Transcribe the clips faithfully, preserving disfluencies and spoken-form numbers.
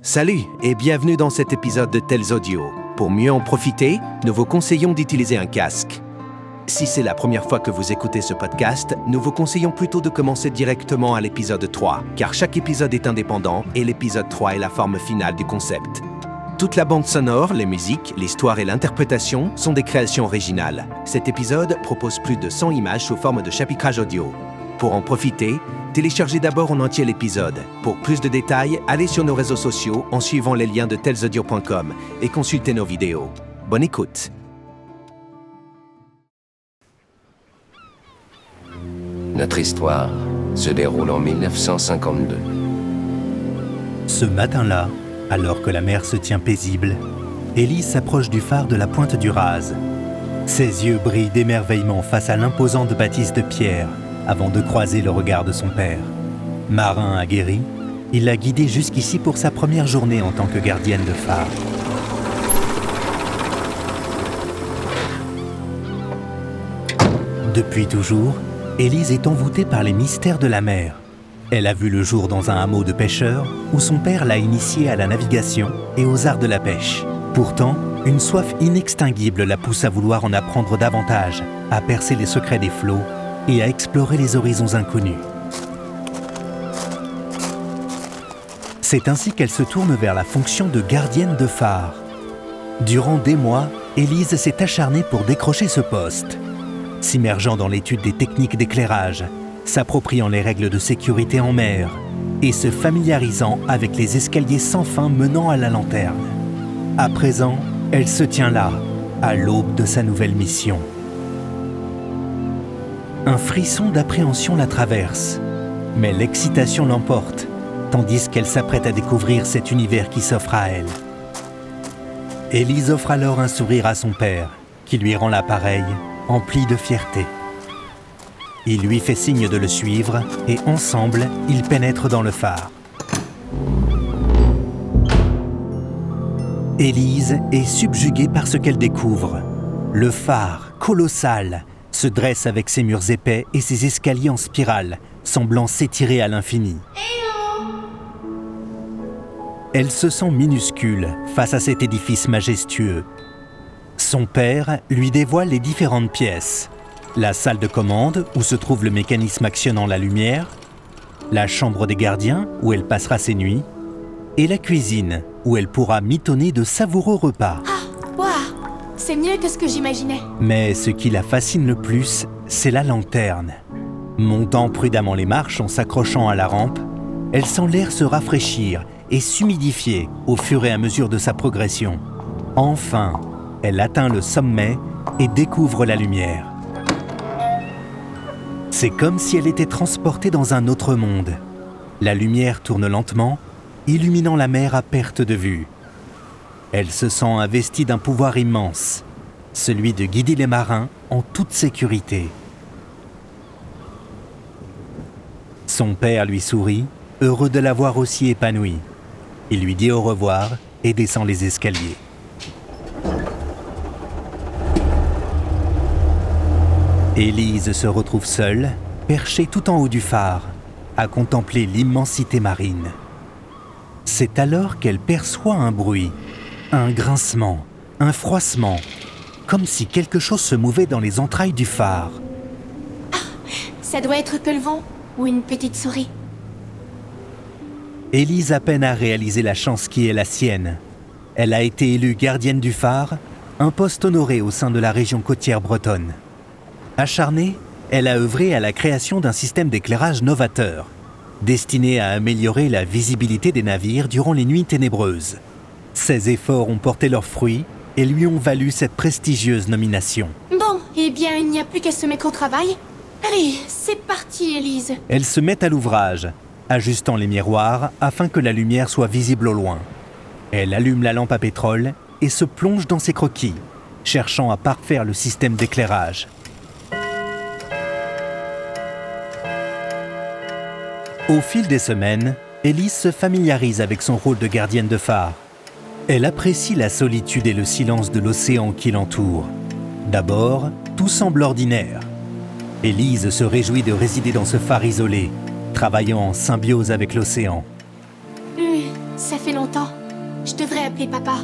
Salut et bienvenue dans cet épisode de Tales Audio. Pour mieux en profiter, nous vous conseillons d'utiliser un casque. Si c'est la première fois que vous écoutez ce podcast, nous vous conseillons plutôt de commencer directement à l'épisode trois, car chaque épisode est indépendant et l'épisode trois est la forme finale du concept. Toute la bande sonore, les musiques, l'histoire et l'interprétation sont des créations originales. Cet épisode propose plus de cent images sous forme de chapitrage audio. Pour en profiter, téléchargez d'abord en entier l'épisode. Pour plus de détails, allez sur nos réseaux sociaux en suivant les liens de tales audio point com et consultez nos vidéos. Bonne écoute. Notre histoire se déroule en mille neuf cent cinquante-deux. Ce matin-là, alors que la mer se tient paisible, Élise s'approche du phare de la Pointe du Raz. Ses yeux brillent d'émerveillement face à l'imposante bâtisse de pierre, avant de croiser le regard de son père. Marin aguerri, il l'a guidée jusqu'ici pour sa première journée en tant que gardienne de phare. Depuis toujours, Élise est envoûtée par les mystères de la mer. Elle a vu le jour dans un hameau de pêcheurs où son père l'a initiée à la navigation et aux arts de la pêche. Pourtant, une soif inextinguible la pousse à vouloir en apprendre davantage, à percer les secrets des flots et à explorer les horizons inconnus. C'est ainsi qu'elle se tourne vers la fonction de gardienne de phare. Durant des mois, Élise s'est acharnée pour décrocher ce poste, s'immergeant dans l'étude des techniques d'éclairage, s'appropriant les règles de sécurité en mer et se familiarisant avec les escaliers sans fin menant à la lanterne. À présent, elle se tient là, à l'aube de sa nouvelle mission. Un frisson d'appréhension la traverse, mais l'excitation l'emporte, tandis qu'elle s'apprête à découvrir cet univers qui s'offre à elle. Élise offre alors un sourire à son père, qui lui rend l'appareil, empli de fierté. Il lui fait signe de le suivre, et ensemble, ils pénètrent dans le phare. Élise est subjuguée par ce qu'elle découvre. Le phare, colossal, se dresse avec ses murs épais et ses escaliers en spirale, semblant s'étirer à l'infini. Elle se sent minuscule face à cet édifice majestueux. Son père lui dévoile les différentes pièces. La salle de commande, où se trouve le mécanisme actionnant la lumière, la chambre des gardiens, où elle passera ses nuits, et la cuisine, où elle pourra mitonner de savoureux repas. Ah, waouh, c'est mieux que ce que j'imaginais. Mais ce qui la fascine le plus, c'est la lanterne. Montant prudemment les marches en s'accrochant à la rampe, elle sent l'air se rafraîchir et s'humidifier au fur et à mesure de sa progression. Enfin, elle atteint le sommet et découvre la lumière. C'est comme si elle était transportée dans un autre monde. La lumière tourne lentement, illuminant la mer à perte de vue. Elle se sent investie d'un pouvoir immense, celui de guider les marins en toute sécurité. Son père lui sourit, heureux de la voir aussi épanouie. Il lui dit au revoir et descend les escaliers. Élise se retrouve seule, perchée tout en haut du phare, à contempler l'immensité marine. C'est alors qu'elle perçoit un bruit, un grincement, un froissement, comme si quelque chose se mouvait dans les entrailles du phare. Ah, ça doit être que le vent ou une petite souris. Élise a peine à réaliser la chance qui est la sienne. Elle a été élue gardienne du phare, un poste honoré au sein de la région côtière bretonne. Acharnée, elle a œuvré à la création d'un système d'éclairage novateur, destiné à améliorer la visibilité des navires durant les nuits ténébreuses. Ses efforts ont porté leurs fruits et lui ont valu cette prestigieuse nomination. Bon, eh bien, il n'y a plus qu'à se mettre au travail. Allez, c'est parti, Élise. Elle se met à l'ouvrage, ajustant les miroirs afin que la lumière soit visible au loin. Elle allume la lampe à pétrole et se plonge dans ses croquis, cherchant à parfaire le système d'éclairage. Au fil des semaines, Élise se familiarise avec son rôle de gardienne de phare. Elle apprécie la solitude et le silence de l'océan qui l'entoure. D'abord, tout semble ordinaire. Élise se réjouit de résider dans ce phare isolé, travaillant en symbiose avec l'océan. Hum, Ça fait longtemps. Je devrais appeler papa.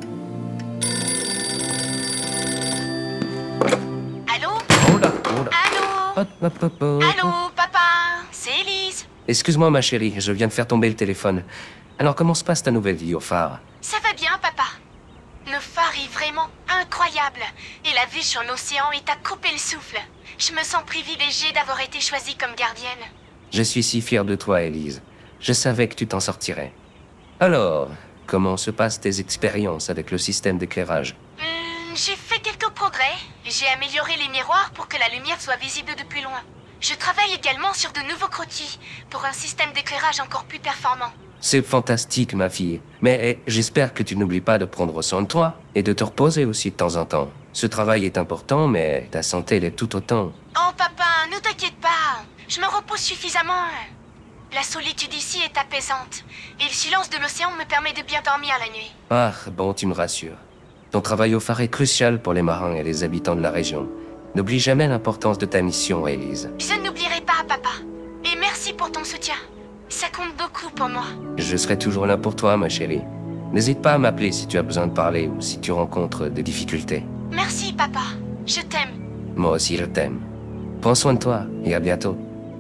Allô? Oh là, oh là. Allô? Hop, hop, hop, hop. Allô, papa? C'est Élise. Excuse-moi ma chérie, je viens de faire tomber le téléphone. Alors comment se passe ta nouvelle vie au phare? Ça va bien, papa. Le phare est vraiment incroyable. Et la vue sur l'océan est à couper le souffle. Je me sens privilégiée d'avoir été choisie comme gardienne. Je suis si fier de toi, Élise. Je savais que tu t'en sortirais. Alors, comment se passent tes expériences avec le système d'éclairage? Hmm, j'ai fait quelques progrès. J'ai amélioré les miroirs pour que la lumière soit visible de plus loin. Je travaille également sur de nouveaux croquis pour un système d'éclairage encore plus performant. C'est fantastique, ma fille. Mais eh, j'espère que tu n'oublies pas de prendre soin de toi et de te reposer aussi de temps en temps. Ce travail est important, mais ta santé l'est tout autant. Oh, papa, ne t'inquiète pas. Je me repose suffisamment. La solitude ici est apaisante. Et le silence de l'océan me permet de bien dormir la nuit. Ah, bon, tu me rassures. Ton travail au phare est crucial pour les marins et les habitants de la région. N'oublie jamais l'importance de ta mission, Élise. Je n'oublierai pas, papa. Et merci pour ton soutien. Ça compte beaucoup pour moi. Je serai toujours là pour toi, ma chérie. N'hésite pas à m'appeler si tu as besoin de parler ou si tu rencontres des difficultés. Merci, papa. Je t'aime. Moi aussi, je t'aime. Prends soin de toi et à bientôt.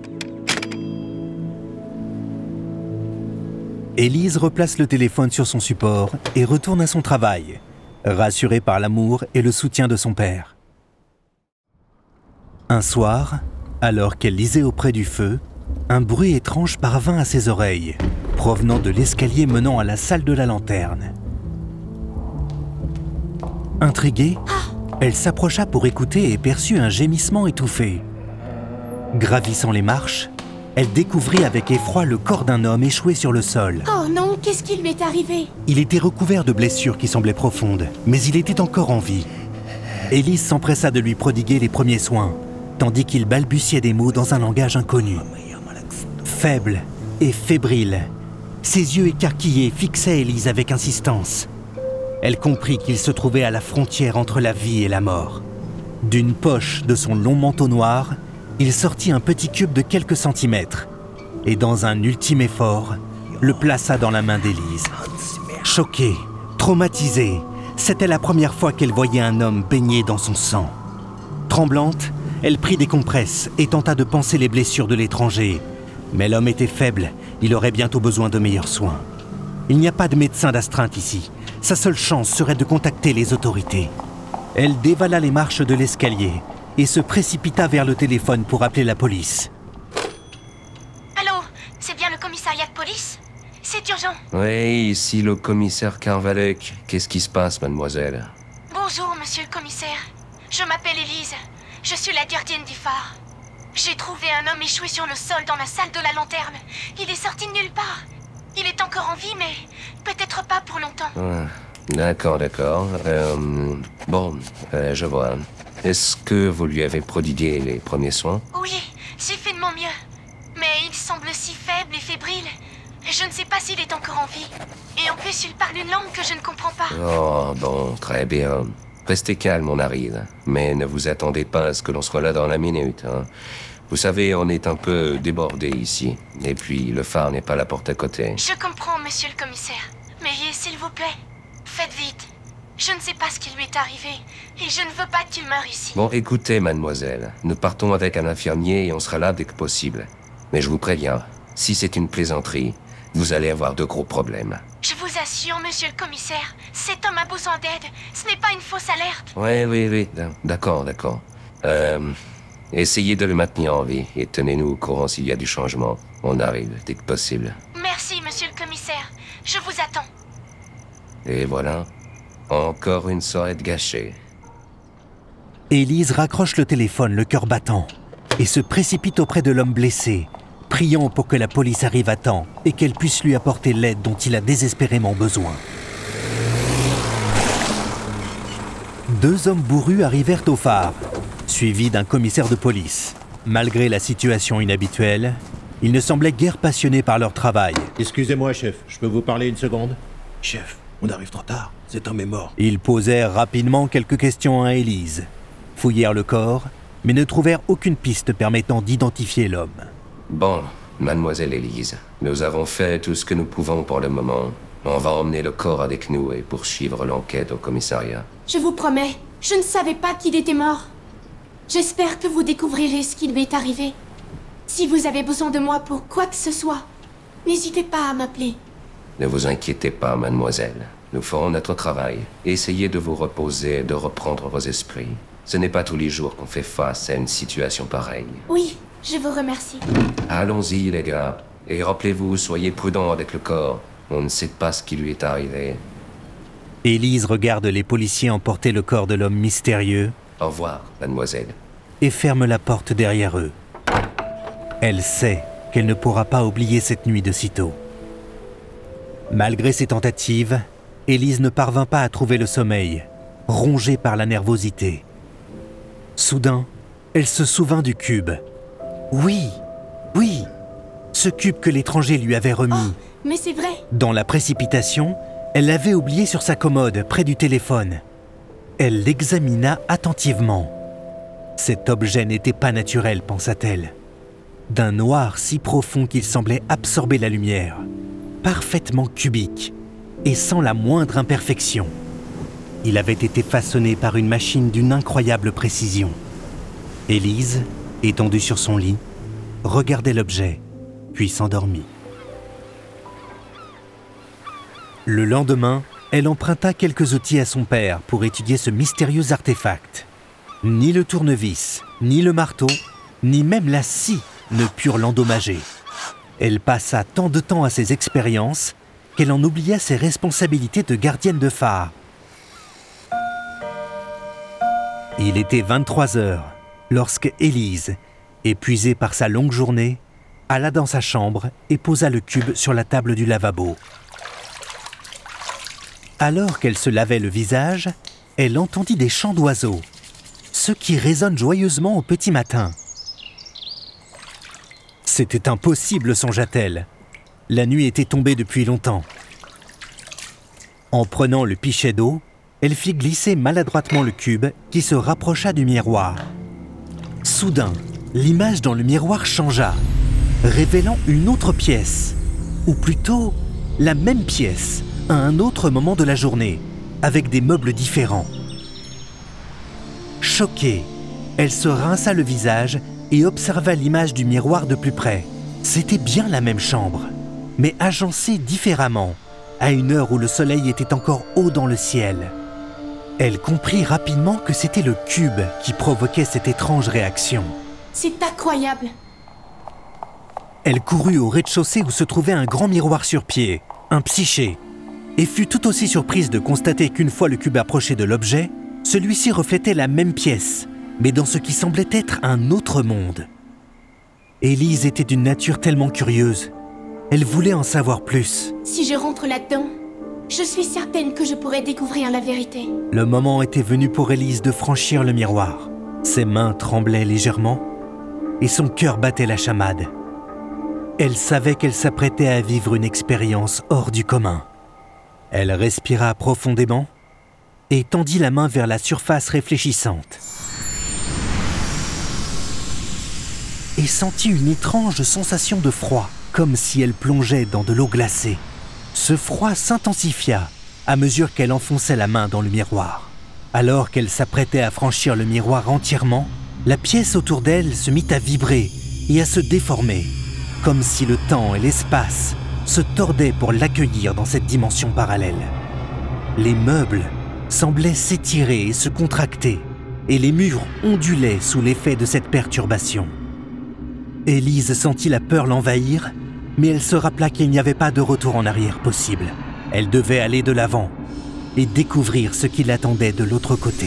Élise replace le téléphone sur son support et retourne à son travail, rassurée par l'amour et le soutien de son père. Un soir, alors qu'elle lisait auprès du feu, un bruit étrange parvint à ses oreilles, provenant de l'escalier menant à la salle de la lanterne. Intriguée, elle s'approcha pour écouter et perçut un gémissement étouffé. Gravissant les marches, elle découvrit avec effroi le corps d'un homme échoué sur le sol. Oh non, qu'est-ce qui lui est arrivé? Il était recouvert de blessures qui semblaient profondes, mais il était encore en vie. Élise s'empressa de lui prodiguer les premiers soins, tandis qu'il balbutiait des mots dans un langage inconnu. Faible et fébrile, ses yeux écarquillés fixaient Élise avec insistance. Elle comprit qu'il se trouvait à la frontière entre la vie et la mort. D'une poche de son long manteau noir, il sortit un petit cube de quelques centimètres et, dans un ultime effort, le plaça dans la main d'Élise. Choquée, traumatisée, c'était la première fois qu'elle voyait un homme baigné dans son sang. Tremblante, elle prit des compresses et tenta de panser les blessures de l'étranger. Mais l'homme était faible, il aurait bientôt besoin de meilleurs soins. Il n'y a pas de médecin d'astreinte ici. Sa seule chance serait de contacter les autorités. Elle dévala les marches de l'escalier et se précipita vers le téléphone pour appeler la police. Allô? C'est bien le commissariat de police? C'est urgent. Oui, ici le commissaire Carvalec. Qu'est-ce qui se passe, mademoiselle? Bonjour, monsieur le commissaire. Je m'appelle Élise. Je suis la gardienne du phare. J'ai trouvé un homme échoué sur le sol dans la salle de la lanterne. Il est sorti de nulle part. Il est encore en vie, mais peut-être pas pour longtemps. Ah, d'accord, d'accord. Euh, bon, euh, je vois. Est-ce que vous lui avez prodigué les premiers soins? Oui, j'ai fait de mon mieux. Mais il semble si faible et fébrile. Je ne sais pas s'il est encore en vie. Et en plus, il parle une langue que je ne comprends pas. Oh, bon, très bien. Restez calme, on arrive. Mais ne vous attendez pas à ce que l'on soit là dans la minute, hein. Vous savez, on est un peu débordé ici. Et puis, le phare n'est pas la porte à côté. Je comprends, monsieur le commissaire. Mais s'il vous plaît, faites vite. Je ne sais pas ce qui lui est arrivé. Et je ne veux pas qu'il meure ici. Bon, écoutez, mademoiselle. Nous partons avec un infirmier et on sera là dès que possible. Mais je vous préviens, si c'est une plaisanterie, vous allez avoir de gros problèmes. Je vous assure, monsieur le commissaire, cet homme a besoin d'aide. Ce n'est pas une fausse alerte. Oui, oui, oui. D'accord, d'accord. Euh... Essayez de le maintenir en vie et tenez-nous au courant s'il y a du changement. On arrive dès que possible. Merci, monsieur le commissaire. Je vous attends. Et voilà, encore une soirée de gâchée. Élise raccroche le téléphone, le cœur battant, et se précipite auprès de l'homme blessé, priant pour que la police arrive à temps et qu'elle puisse lui apporter l'aide dont il a désespérément besoin. Deux hommes bourrus arrivèrent au phare, suivis d'un commissaire de police. Malgré la situation inhabituelle, ils ne semblaient guère passionnés par leur travail. Excusez-moi, chef, je peux vous parler une seconde? Chef, on arrive trop tard, cet homme est mort. Ils posèrent rapidement quelques questions à Élise, fouillèrent le corps, mais ne trouvèrent aucune piste permettant d'identifier l'homme. Bon, Mademoiselle Élise, nous avons fait tout ce que nous pouvons pour le moment. On va emmener le corps avec nous et poursuivre l'enquête au commissariat. Je vous promets, je ne savais pas qu'il était mort. J'espère que vous découvrirez ce qui lui est arrivé. Si vous avez besoin de moi pour quoi que ce soit, n'hésitez pas à m'appeler. Ne vous inquiétez pas, mademoiselle. Nous ferons notre travail. Essayez de vous reposer et de reprendre vos esprits. Ce n'est pas tous les jours qu'on fait face à une situation pareille. Oui, je vous remercie. Allons-y, les gars. Et rappelez-vous, soyez prudents avec le corps. On ne sait pas ce qui lui est arrivé. Élise regarde les policiers emporter le corps de l'homme mystérieux. Au revoir, mademoiselle. Et ferme la porte derrière eux. Elle sait qu'elle ne pourra pas oublier cette nuit de sitôt. Malgré ses tentatives, Élise ne parvint pas à trouver le sommeil, rongée par la nervosité. Soudain, elle se souvint du cube. Oui, oui, ce cube que l'étranger lui avait remis. Oh, mais c'est vrai. Dans la précipitation, elle l'avait oublié sur sa commode, près du téléphone. Elle l'examina attentivement. Cet objet n'était pas naturel, pensa-t-elle. D'un noir si profond qu'il semblait absorber la lumière, parfaitement cubique et sans la moindre imperfection. Il avait été façonné par une machine d'une incroyable précision. Élise, étendue sur son lit, regardait l'objet, puis s'endormit. Le lendemain, elle emprunta quelques outils à son père pour étudier ce mystérieux artefact. Ni le tournevis, ni le marteau, ni même la scie ne purent l'endommager. Elle passa tant de temps à ses expériences qu'elle en oublia ses responsabilités de gardienne de phare. Il était vingt-trois heures lorsque Élise, épuisée par sa longue journée, alla dans sa chambre et posa le cube sur la table du lavabo. Alors qu'elle se lavait le visage, elle entendit des chants d'oiseaux, ceux qui résonnent joyeusement au petit matin. C'était impossible, songea-t-elle. La nuit était tombée depuis longtemps. En prenant le pichet d'eau, elle fit glisser maladroitement le cube qui se rapprocha du miroir. Soudain, l'image dans le miroir changea, révélant une autre pièce, ou plutôt la même pièce, à un autre moment de la journée, avec des meubles différents. Choquée, elle se rinça le visage et observa l'image du miroir de plus près. C'était bien la même chambre, mais agencée différemment, à une heure où le soleil était encore haut dans le ciel. Elle comprit rapidement que c'était le cube qui provoquait cette étrange réaction. C'est incroyable. Elle courut au rez-de-chaussée où se trouvait un grand miroir sur pied, un psyché, et fut tout aussi surprise de constater qu'une fois le cube approché de l'objet, celui-ci reflétait la même pièce, mais dans ce qui semblait être un autre monde. Élise était d'une nature tellement curieuse. Elle voulait en savoir plus. Si je rentre là-dedans, je suis certaine que je pourrai découvrir la vérité. Le moment était venu pour Élise de franchir le miroir. Ses mains tremblaient légèrement et son cœur battait la chamade. Elle savait qu'elle s'apprêtait à vivre une expérience hors du commun. Elle respira profondément et tendit la main vers la surface réfléchissante. Et sentit une étrange sensation de froid, comme si elle plongeait dans de l'eau glacée. Ce froid s'intensifia à mesure qu'elle enfonçait la main dans le miroir. Alors qu'elle s'apprêtait à franchir le miroir entièrement, la pièce autour d'elle se mit à vibrer et à se déformer, comme si le temps et l'espace se tordaient pour l'accueillir dans cette dimension parallèle. Les meubles semblaient s'étirer et se contracter, et les murs ondulaient sous l'effet de cette perturbation. Élise sentit la peur l'envahir, mais elle se rappela qu'il n'y avait pas de retour en arrière possible. Elle devait aller de l'avant et découvrir ce qui l'attendait de l'autre côté.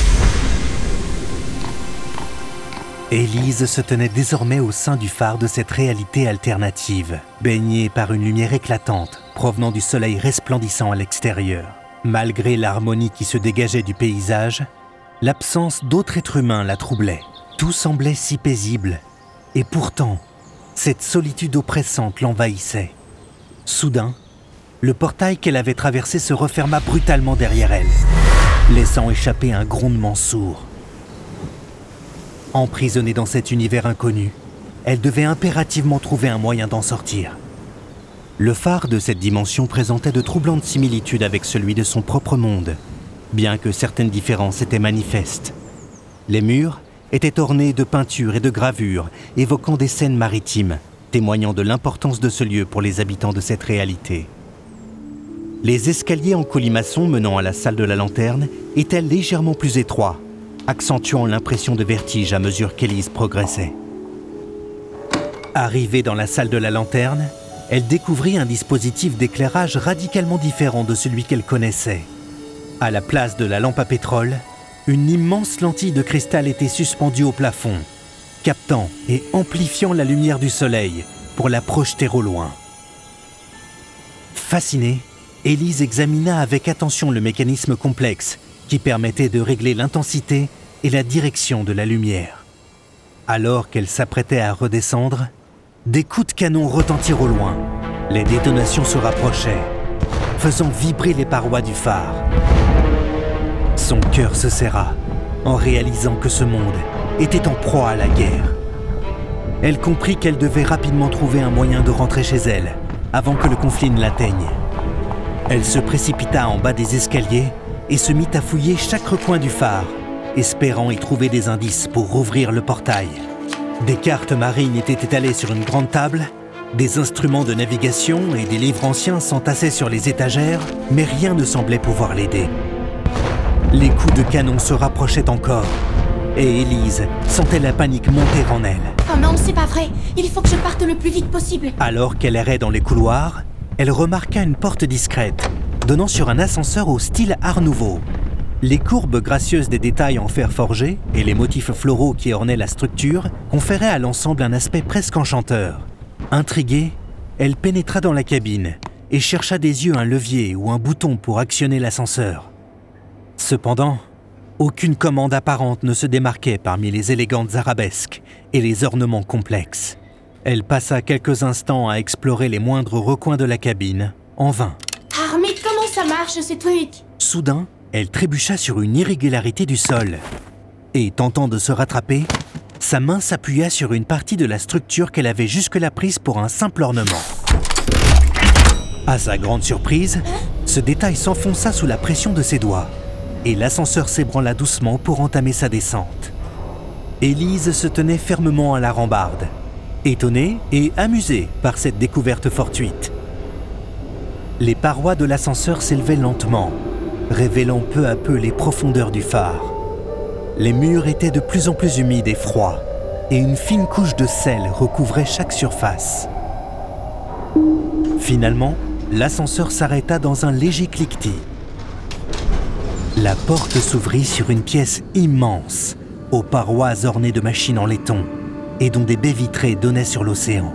Élise se tenait désormais au sein du phare de cette réalité alternative, baignée par une lumière éclatante provenant du soleil resplendissant à l'extérieur. Malgré l'harmonie qui se dégageait du paysage, l'absence d'autres êtres humains la troublait. Tout semblait si paisible, et pourtant, cette solitude oppressante l'envahissait. Soudain, le portail qu'elle avait traversé se referma brutalement derrière elle, laissant échapper un grondement sourd. Emprisonnée dans cet univers inconnu, elle devait impérativement trouver un moyen d'en sortir. Le phare de cette dimension présentait de troublantes similitudes avec celui de son propre monde, bien que certaines différences étaient manifestes. Les murs étaient ornés de peintures et de gravures évoquant des scènes maritimes, témoignant de l'importance de ce lieu pour les habitants de cette réalité. Les escaliers en colimaçon menant à la salle de la lanterne étaient légèrement plus étroits, accentuant l'impression de vertige à mesure qu'Élise progressait. Arrivée dans la salle de la lanterne, elle découvrit un dispositif d'éclairage radicalement différent de celui qu'elle connaissait. À la place de la lampe à pétrole, une immense lentille de cristal était suspendue au plafond, captant et amplifiant la lumière du soleil pour la projeter au loin. Fascinée, Élise examina avec attention le mécanisme complexe qui permettait de régler l'intensité et la direction de la lumière. Alors qu'elle s'apprêtait à redescendre, des coups de canon retentirent au loin. Les détonations se rapprochaient, faisant vibrer les parois du phare. Son cœur se serra en réalisant que ce monde était en proie à la guerre. Elle comprit qu'elle devait rapidement trouver un moyen de rentrer chez elle avant que le conflit ne l'atteigne. Elle se précipita en bas des escaliers et se mit à fouiller chaque recoin du phare, espérant y trouver des indices pour rouvrir le portail. Des cartes marines étaient étalées sur une grande table, des instruments de navigation et des livres anciens s'entassaient sur les étagères, mais rien ne semblait pouvoir l'aider. Les coups de canon se rapprochaient encore, et Élise sentait la panique monter en elle. Oh non, c'est pas vrai. Il faut que je parte le plus vite possible. Alors qu'elle errait dans les couloirs, elle remarqua une porte discrète, donnant sur un ascenseur au style Art Nouveau. Les courbes gracieuses des détails en fer forgé et les motifs floraux qui ornaient la structure conféraient à l'ensemble un aspect presque enchanteur. Intriguée, elle pénétra dans la cabine et chercha des yeux un levier ou un bouton pour actionner l'ascenseur. Cependant, aucune commande apparente ne se démarquait parmi les élégantes arabesques et les ornements complexes. Elle passa quelques instants à explorer les moindres recoins de la cabine, en vain. Ah, mais comment ça marche, ces trucs? Soudain, elle trébucha sur une irrégularité du sol. Et tentant de se rattraper, sa main s'appuya sur une partie de la structure qu'elle avait jusque-là prise pour un simple ornement. À sa grande surprise, ce détail s'enfonça sous la pression de ses doigts, et l'ascenseur s'ébranla doucement pour entamer sa descente. Élise se tenait fermement à la rambarde, étonnée et amusée par cette découverte fortuite. Les parois de l'ascenseur s'élevaient lentement, révélant peu à peu les profondeurs du phare. Les murs étaient de plus en plus humides et froids, et une fine couche de sel recouvrait chaque surface. Finalement, l'ascenseur s'arrêta dans un léger cliquetis. La porte s'ouvrit sur une pièce immense, aux parois ornées de machines en laiton, et dont des baies vitrées donnaient sur l'océan.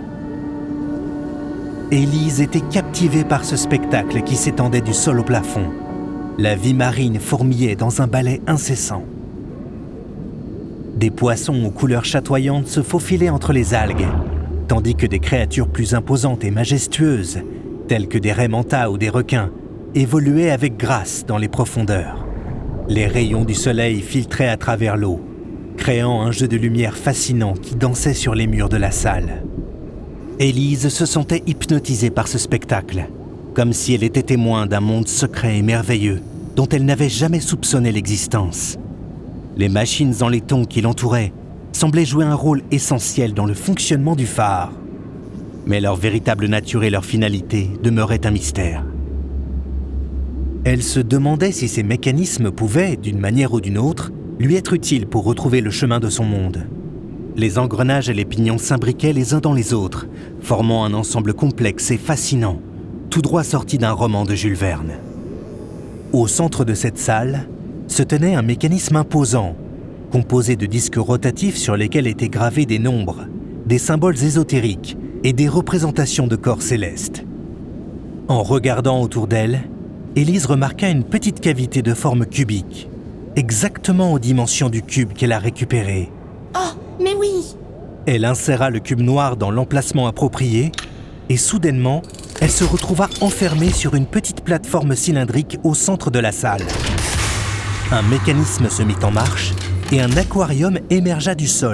Élise était captivée par ce spectacle qui s'étendait du sol au plafond. La vie marine fourmillait dans un ballet incessant. Des poissons aux couleurs chatoyantes se faufilaient entre les algues, tandis que des créatures plus imposantes et majestueuses, telles que des raies mantas ou des requins, évoluaient avec grâce dans les profondeurs. Les rayons du soleil filtraient à travers l'eau, créant un jeu de lumière fascinant qui dansait sur les murs de la salle. Élise se sentait hypnotisée par ce spectacle, comme si elle était témoin d'un monde secret et merveilleux dont elle n'avait jamais soupçonné l'existence. Les machines en laiton qui l'entouraient semblaient jouer un rôle essentiel dans le fonctionnement du phare. Mais leur véritable nature et leur finalité demeuraient un mystère. Elle se demandait si ces mécanismes pouvaient, d'une manière ou d'une autre, lui être utiles pour retrouver le chemin de son monde. Les engrenages et les pignons s'imbriquaient les uns dans les autres, formant un ensemble complexe et fascinant, tout droit sorti d'un roman de Jules Verne. Au centre de cette salle se tenait un mécanisme imposant, composé de disques rotatifs sur lesquels étaient gravés des nombres, des symboles ésotériques et des représentations de corps célestes. En regardant autour d'elle, Élise remarqua une petite cavité de forme cubique, exactement aux dimensions du cube qu'elle a récupéré. Oh, mais oui! Elle inséra le cube noir dans l'emplacement approprié et soudainement, elle se retrouva enfermée sur une petite plateforme cylindrique au centre de la salle. Un mécanisme se mit en marche et un aquarium émergea du sol,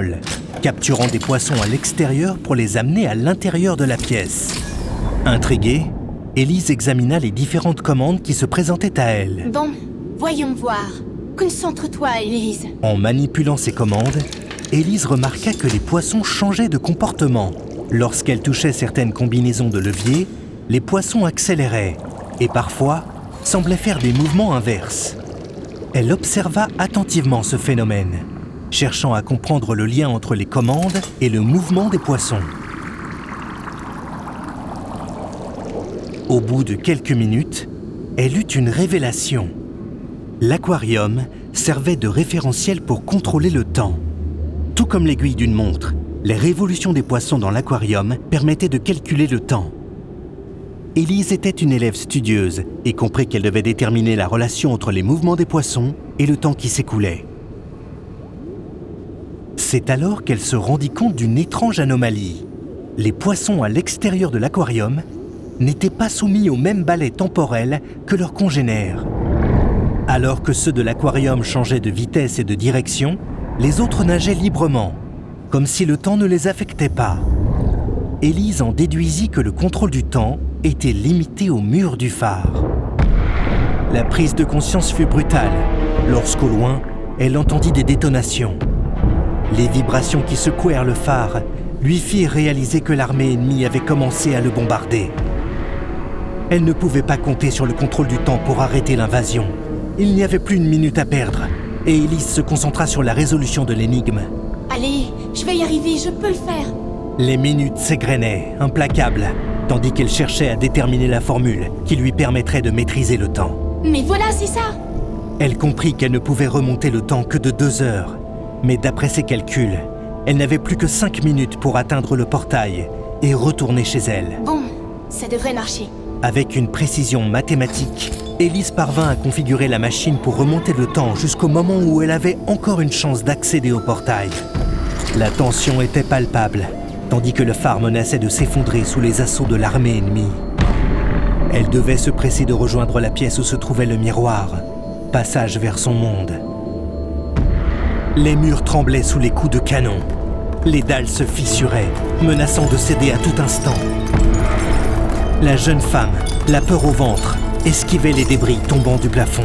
capturant des poissons à l'extérieur pour les amener à l'intérieur de la pièce. Intriguée, Élise examina les différentes commandes qui se présentaient à elle. Bon, voyons voir. Concentre-toi, Élise. En manipulant ces commandes, Élise remarqua que les poissons changeaient de comportement. Lorsqu'elle touchait certaines combinaisons de levier, les poissons accéléraient et parfois semblaient faire des mouvements inverses. Elle observa attentivement ce phénomène, cherchant à comprendre le lien entre les commandes et le mouvement des poissons. Au bout de quelques minutes, elle eut une révélation. L'aquarium servait de référentiel pour contrôler le temps. Tout comme l'aiguille d'une montre, les révolutions des poissons dans l'aquarium permettaient de calculer le temps. Élise était une élève studieuse et comprit qu'elle devait déterminer la relation entre les mouvements des poissons et le temps qui s'écoulait. C'est alors qu'elle se rendit compte d'une étrange anomalie. Les poissons à l'extérieur de l'aquarium n'étaient pas soumis au même balai temporel que leurs congénères. Alors que ceux de l'aquarium changeaient de vitesse et de direction, les autres nageaient librement, comme si le temps ne les affectait pas. Élise en déduisit que le contrôle du temps était limité au mur du phare. La prise de conscience fut brutale, lorsqu'au loin, elle entendit des détonations. Les vibrations qui secouèrent le phare lui firent réaliser que l'armée ennemie avait commencé à le bombarder. Elle ne pouvait pas compter sur le contrôle du temps pour arrêter l'invasion. Il n'y avait plus une minute à perdre, et Élise se concentra sur la résolution de l'énigme. Allez, je vais y arriver, je peux le faire. Les minutes s'égrenaient, implacables, tandis qu'elle cherchait à déterminer la formule qui lui permettrait de maîtriser le temps. Mais voilà, c'est ça. Elle comprit qu'elle ne pouvait remonter le temps que de deux heures, mais d'après ses calculs, elle n'avait plus que cinq minutes pour atteindre le portail et retourner chez elle. Bon, ça devrait marcher. Avec une précision mathématique, Élise parvint à configurer la machine pour remonter le temps jusqu'au moment où elle avait encore une chance d'accéder au portail. La tension était palpable, tandis que le phare menaçait de s'effondrer sous les assauts de l'armée ennemie. Elle devait se presser de rejoindre la pièce où se trouvait le miroir, passage vers son monde. Les murs tremblaient sous les coups de canon. Les dalles se fissuraient, menaçant de céder à tout instant. La jeune femme, la peur au ventre, esquivait les débris tombant du plafond.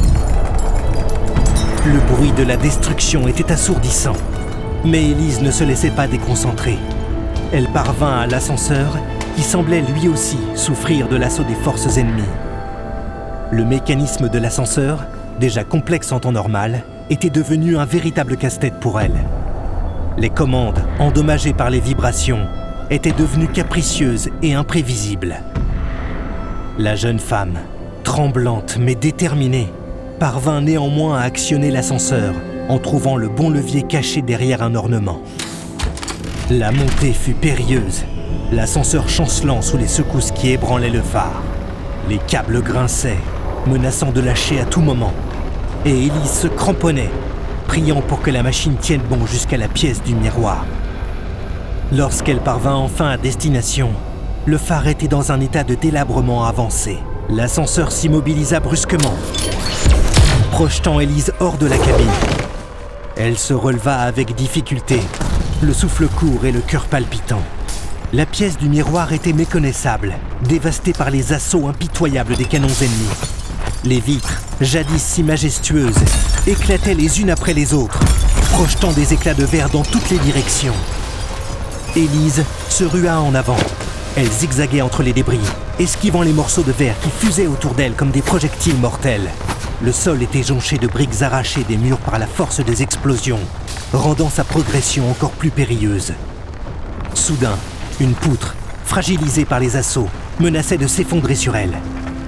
Le bruit de la destruction était assourdissant, mais Élise ne se laissait pas déconcentrer. Elle parvint à l'ascenseur qui semblait lui aussi souffrir de l'assaut des forces ennemies. Le mécanisme de l'ascenseur, déjà complexe en temps normal, était devenu un véritable casse-tête pour elle. Les commandes, endommagées par les vibrations, étaient devenues capricieuses et imprévisibles. La jeune femme, tremblante mais déterminée, parvint néanmoins à actionner l'ascenseur en trouvant le bon levier caché derrière un ornement. La montée fut périlleuse, l'ascenseur chancelant sous les secousses qui ébranlaient le phare. Les câbles grinçaient, menaçant de lâcher à tout moment, et Élise se cramponnait, priant pour que la machine tienne bon jusqu'à la pièce du miroir. Lorsqu'elle parvint enfin à destination, le phare était dans un état de délabrement avancé. L'ascenseur s'immobilisa brusquement, projetant Élise hors de la cabine. Elle se releva avec difficulté, le souffle court et le cœur palpitant. La pièce du miroir était méconnaissable, dévastée par les assauts impitoyables des canons ennemis. Les vitres, jadis si majestueuses, éclataient les unes après les autres, projetant des éclats de verre dans toutes les directions. Élise se rua en avant. Elle zigzaguait entre les débris, esquivant les morceaux de verre qui fusaient autour d'elle comme des projectiles mortels. Le sol était jonché de briques arrachées des murs par la force des explosions, rendant sa progression encore plus périlleuse. Soudain, une poutre, fragilisée par les assauts, menaçait de s'effondrer sur elle.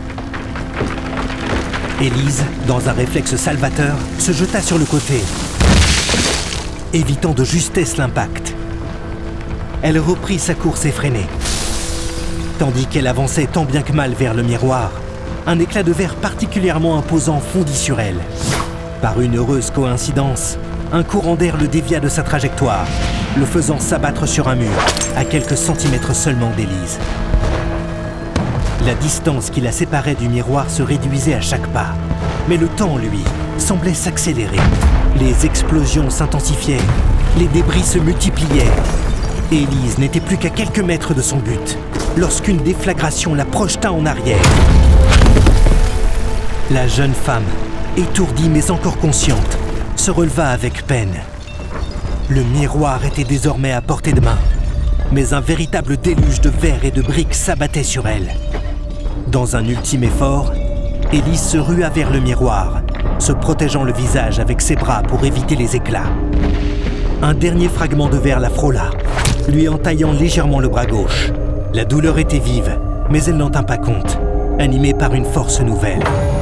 Élise, dans un réflexe salvateur, se jeta sur le côté, évitant de justesse l'impact. Elle reprit sa course effrénée. Tandis qu'elle avançait tant bien que mal vers le miroir, un éclat de verre particulièrement imposant fondit sur elle. Par une heureuse coïncidence, un courant d'air le dévia de sa trajectoire, le faisant s'abattre sur un mur, à quelques centimètres seulement d'Élise. La distance qui la séparait du miroir se réduisait à chaque pas, mais le temps, lui, semblait s'accélérer. Les explosions s'intensifiaient, Les débris se multipliaient. Élise n'était plus qu'à quelques mètres de son but, lorsqu'une déflagration la projeta en arrière. La jeune femme, étourdie mais encore consciente, se releva avec peine. Le miroir était désormais à portée de main, mais un véritable déluge de verre et de briques s'abattait sur elle. Dans un ultime effort, Élise se rua vers le miroir, se protégeant le visage avec ses bras pour éviter les éclats. Un dernier fragment de verre la frôla, lui entaillant légèrement le bras gauche. La douleur était vive, mais elle n'en tint pas compte, animée par une force nouvelle.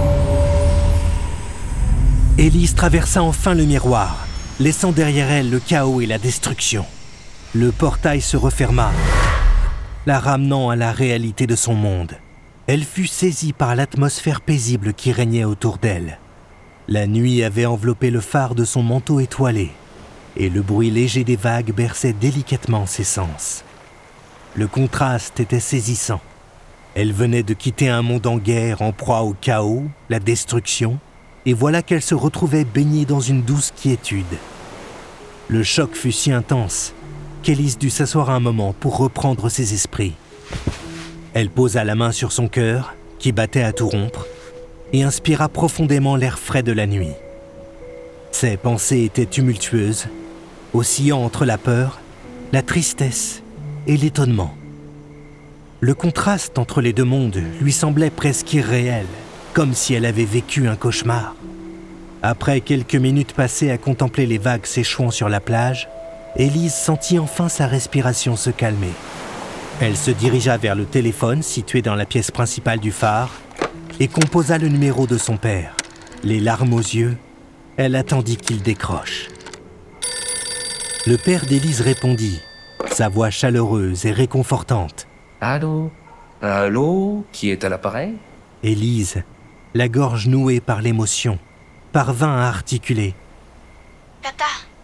Élise traversa enfin le miroir, laissant derrière elle le chaos et la destruction. Le portail se referma, la ramenant à la réalité de son monde. Elle fut saisie par l'atmosphère paisible qui régnait autour d'elle. La nuit avait enveloppé le phare de son manteau étoilé, et le bruit léger des vagues berçait délicatement ses sens. Le contraste était saisissant. Elle venait de quitter un monde en guerre, en proie au chaos, la destruction, et voilà qu'elle se retrouvait baignée dans une douce quiétude. Le choc fut si intense qu'Élise dut s'asseoir un moment pour reprendre ses esprits. Elle posa la main sur son cœur, qui battait à tout rompre, et inspira profondément l'air frais de la nuit. Ses pensées étaient tumultueuses, oscillant entre la peur, la tristesse et l'étonnement. Le contraste entre les deux mondes lui semblait presque irréel, comme si elle avait vécu un cauchemar. Après quelques minutes passées à contempler les vagues s'échouant sur la plage, Élise sentit enfin sa respiration se calmer. Elle se dirigea vers le téléphone situé dans la pièce principale du phare et composa le numéro de son père. Les larmes aux yeux, elle attendit qu'il décroche. Le père d'Élise répondit, sa voix chaleureuse et réconfortante. « Allô? Allô? Qui est à l'appareil ?» Élise, la gorge nouée par l'émotion, parvint à articuler. « Tata,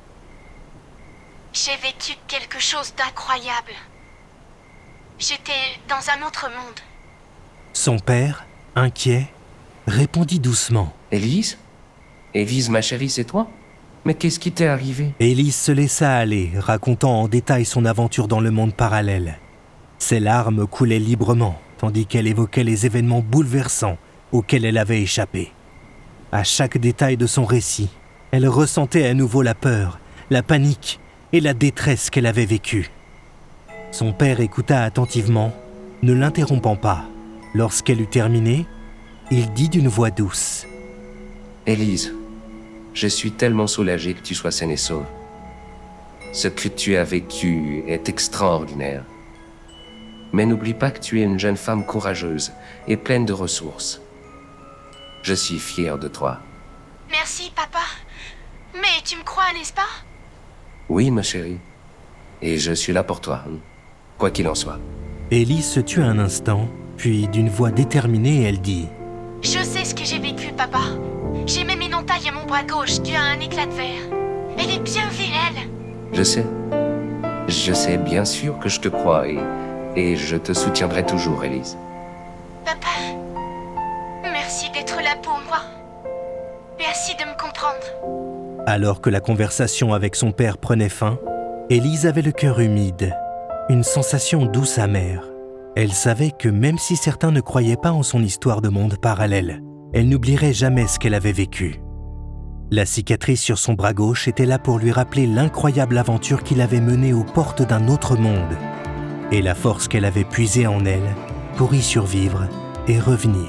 j'ai vécu quelque chose d'incroyable. J'étais dans un autre monde. » Son père, inquiet, répondit doucement. « Élise? Élise, ma chérie, c'est toi? Mais qu'est-ce qui t'est arrivé ?» Élise se laissa aller, racontant en détail son aventure dans le monde parallèle. Ses larmes coulaient librement, tandis qu'elle évoquait les événements bouleversants auxquels elle avait échappé. À chaque détail de son récit, elle ressentait à nouveau la peur, la panique et la détresse qu'elle avait vécue. Son père écouta attentivement, ne l'interrompant pas. Lorsqu'elle eut terminé, il dit d'une voix douce. « Élise, je suis tellement soulagé que tu sois saine et sauve. Ce que tu as vécu est extraordinaire. Mais n'oublie pas que tu es une jeune femme courageuse et pleine de ressources. Je suis fier de toi. » « Merci, papa. Mais tu me crois, n'est-ce pas ?»« Oui, ma chérie. Et je suis là pour toi, quoi qu'il en soit. » Élise se tut un instant, puis d'une voix déterminée, elle dit. « Je sais ce que j'ai vécu, papa. J'ai même une entaille à mon bras gauche due à un éclat de verre. Elle est bien virile. » Je sais. Je sais bien sûr que je te crois et, et je te soutiendrai toujours, Élise. Papa, merci d'être là pour moi. Merci de me comprendre. Alors que la conversation avec son père prenait fin, Élise avait le cœur humide, une sensation douce amère. Elle savait que même si certains ne croyaient pas en son histoire de monde parallèle, elle n'oublierait jamais ce qu'elle avait vécu. La cicatrice sur son bras gauche était là pour lui rappeler l'incroyable aventure qu'il avait menée aux portes d'un autre monde et la force qu'elle avait puisée en elle pour y survivre et revenir.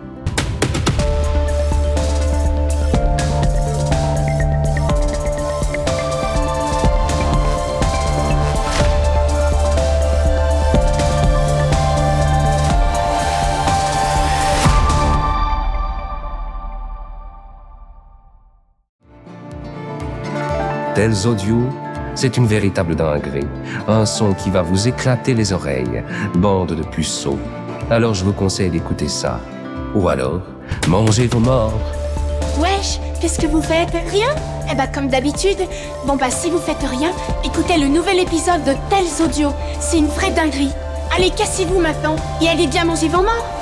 Tales Audio, c'est une véritable dinguerie. Un son qui va vous éclater les oreilles. Bande de puceaux. Alors je vous conseille d'écouter ça. Ou alors, mangez vos morts. Wesh, qu'est-ce que vous faites? Rien? Eh bah comme d'habitude. Bon bah si vous faites rien, écoutez le nouvel épisode de Tales Audio. C'est une vraie dinguerie. Allez, cassez-vous maintenant et allez bien manger vos morts.